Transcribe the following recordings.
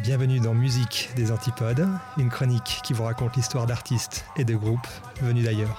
Bienvenue dans Musique des Antipodes, une chronique qui vous raconte l'histoire d'artistes et de groupes venus d'ailleurs.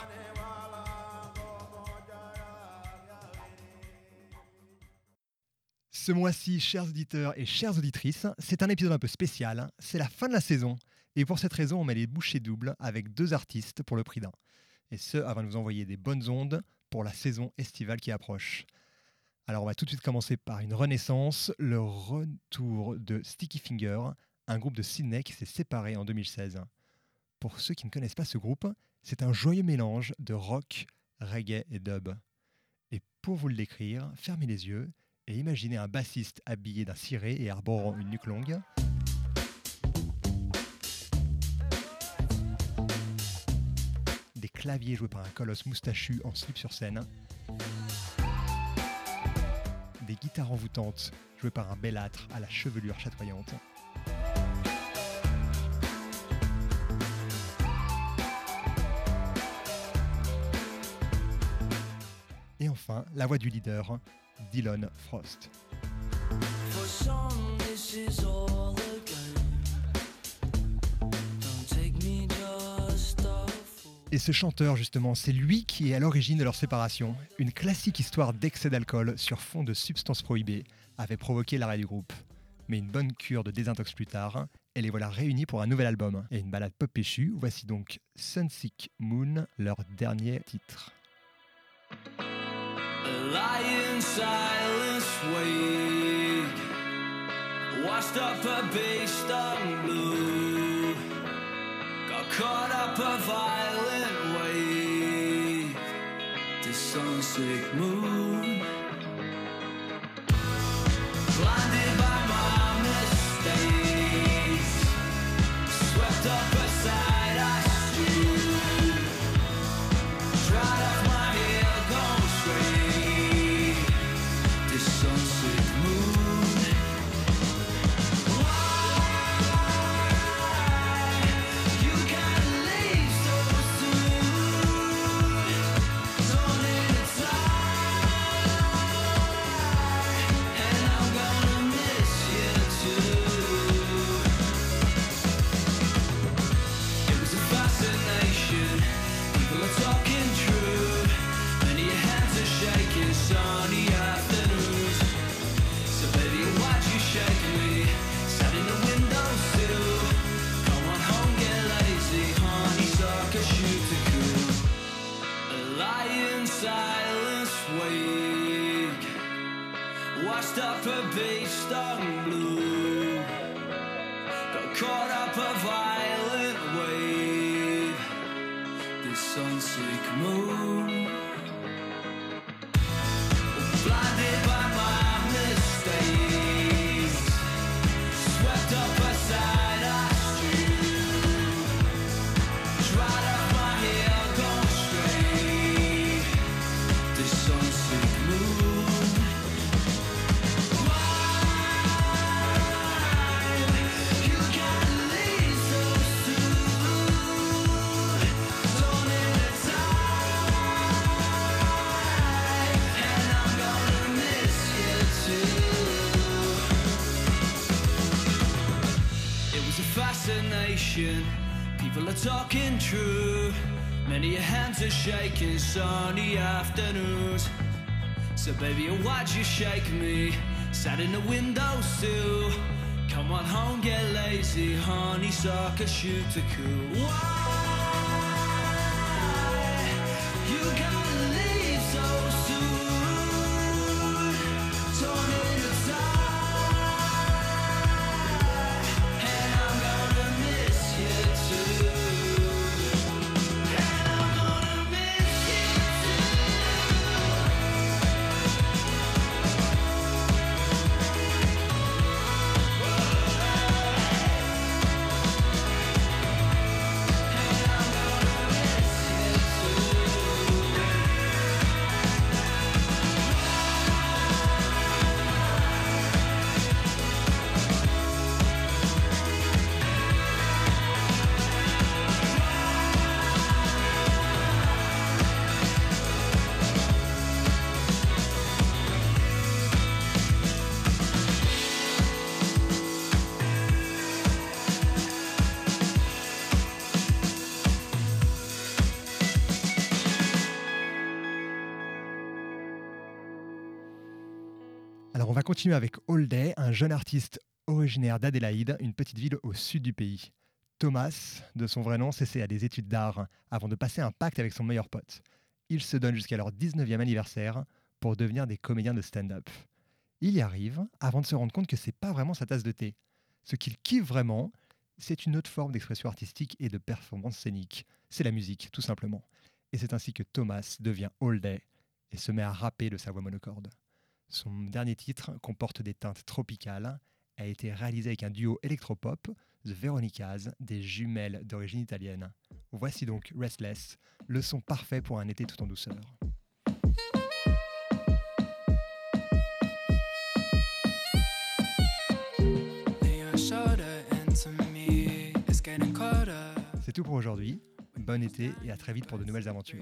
Ce mois-ci, chers auditeurs et chères auditrices, c'est un épisode un peu spécial, c'est la fin de la saison, et pour cette raison, on met les bouchées doubles avec 2 artistes pour le prix d'un. Et ce, avant de vous envoyer des bonnes ondes pour la saison estivale qui approche. Alors on va tout de suite commencer par une renaissance, le retour de Sticky Finger, un groupe de Sydney qui s'est séparé en 2016. Pour ceux qui ne connaissent pas ce groupe, c'est un joyeux mélange de rock, reggae et dub. Et pour vous le décrire, fermez les yeux et imaginez un bassiste habillé d'un ciré et arborant une nuque longue. Des claviers joués par un colosse moustachu en slip sur scène. Des guitares envoûtantes jouées par un bellâtre à la chevelure chatoyante. Et enfin, la voix du leader, Dylan Frost. Et ce chanteur, justement, c'est lui qui est à l'origine de leur séparation. Une classique histoire d'excès d'alcool sur fond de substances prohibées avait provoqué l'arrêt du groupe. Mais une bonne cure de désintox plus tard, et les voilà réunis pour un nouvel album. Et une balade pop péchue, voici donc Sunsick Moon, leur dernier titre. Lying silence wake, washed up a beast on blue, got caught up a violent wave, the sunset moon, blinded by my mistakes, swept up aside I stood, dried off my hair, gone straight, the sunset moon. Washed up a beach stung blue, got caught up a violent wave, the sunsick moon, blinded by my mistakes, swept up aside I stood, dried off my hair, gone straight, the sunsick moon. People are talking true, many hands are shaking, sunny afternoons. So baby, why'd you shake me? Sat in the windowsill. Come on home, get lazy, honeysuckle, shoot a cool. Why you gotta leave so soon? Torn in the tide, and I'm gonna miss you too. And I'm gonna miss you too. Alors on va continuer avec All Day, un jeune artiste originaire d'Adélaïde, une petite ville au sud du pays. Thomas, de son vrai nom, s'essaie à des études d'art avant de passer un pacte avec son meilleur pote. Ils se donnent jusqu'à leur 19e anniversaire pour devenir des comédiens de stand-up. Il y arrive avant de se rendre compte que c'est pas vraiment sa tasse de thé. Ce qu'il kiffe vraiment, c'est une autre forme d'expression artistique et de performance scénique. C'est la musique, tout simplement. Et c'est ainsi que Thomas devient All Day et se met à rapper de sa voix monocorde. Son dernier titre comporte des teintes tropicales, a été réalisé avec un duo électropop, The Veronicas, des jumelles d'origine italienne. Voici donc Restless, le son parfait pour un été tout en douceur. C'est tout pour aujourd'hui. Bon été et à très vite pour de nouvelles aventures.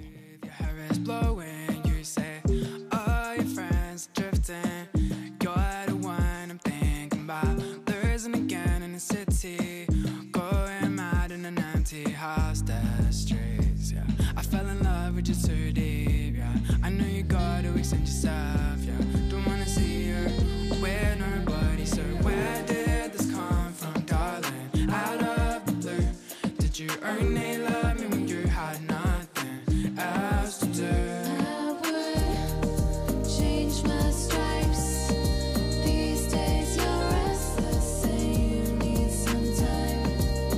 Just too deep, yeah. I know you gotta extend yourself, yeah. Don't wanna see you where nobody. So where did this come from, darling? Out of the blue, did you only love me when you had nothing else to do? I would change my stripes. These days you're restless, say you need some time.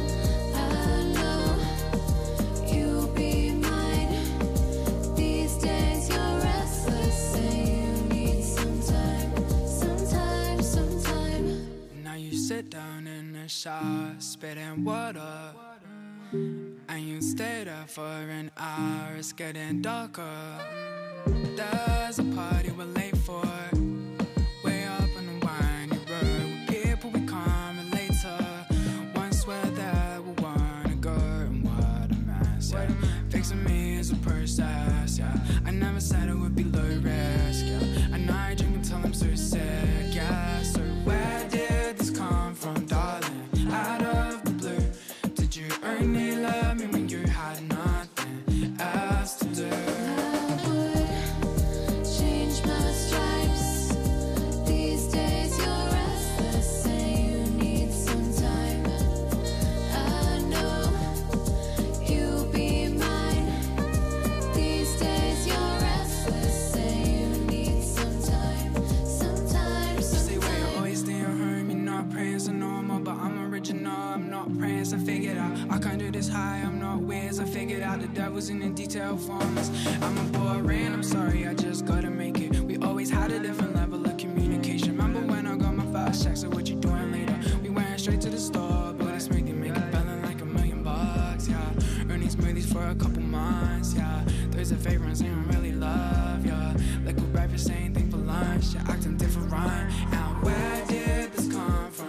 I know you'll be mine. These days you're restless, say you need some time. Sometime. Now you sit down in the shower, spitting water, and you stay there for an hour. It's getting darker. There's a party we're late for, way up on the windy road. With people we can't relate to. Once we're there, we wanna go, and what a mess, yeah. Fixing me is a process, yeah. I never said it would be low risk, yeah. And I drink until I'm so sick, yeah. So where did this come from, darling? Out of the blue, did you only love me when you had nothing else to do? I would change my stripes. These days you're restless, say you need some time. I know you'll be mine. These days you're restless, say you need some time. You say where you're always staying home, you're not praying so normal, but I'm original, I'm not praying, so figured out I can't do this high, I'm not weird, so figured out the devil's in the detail forms. I'm a boring, I'm sorry, I just gotta make it. We always had a different level of communication. Remember when I got my fast check, so what you doing later? We went straight to the store, but it's make it feeling like $1 million, yeah. Earning smoothies for a couple months, yeah. Those are favorites I don't really love, yeah. Like a breakfast, same thing for lunch, yeah. Acting different, and where did this come from?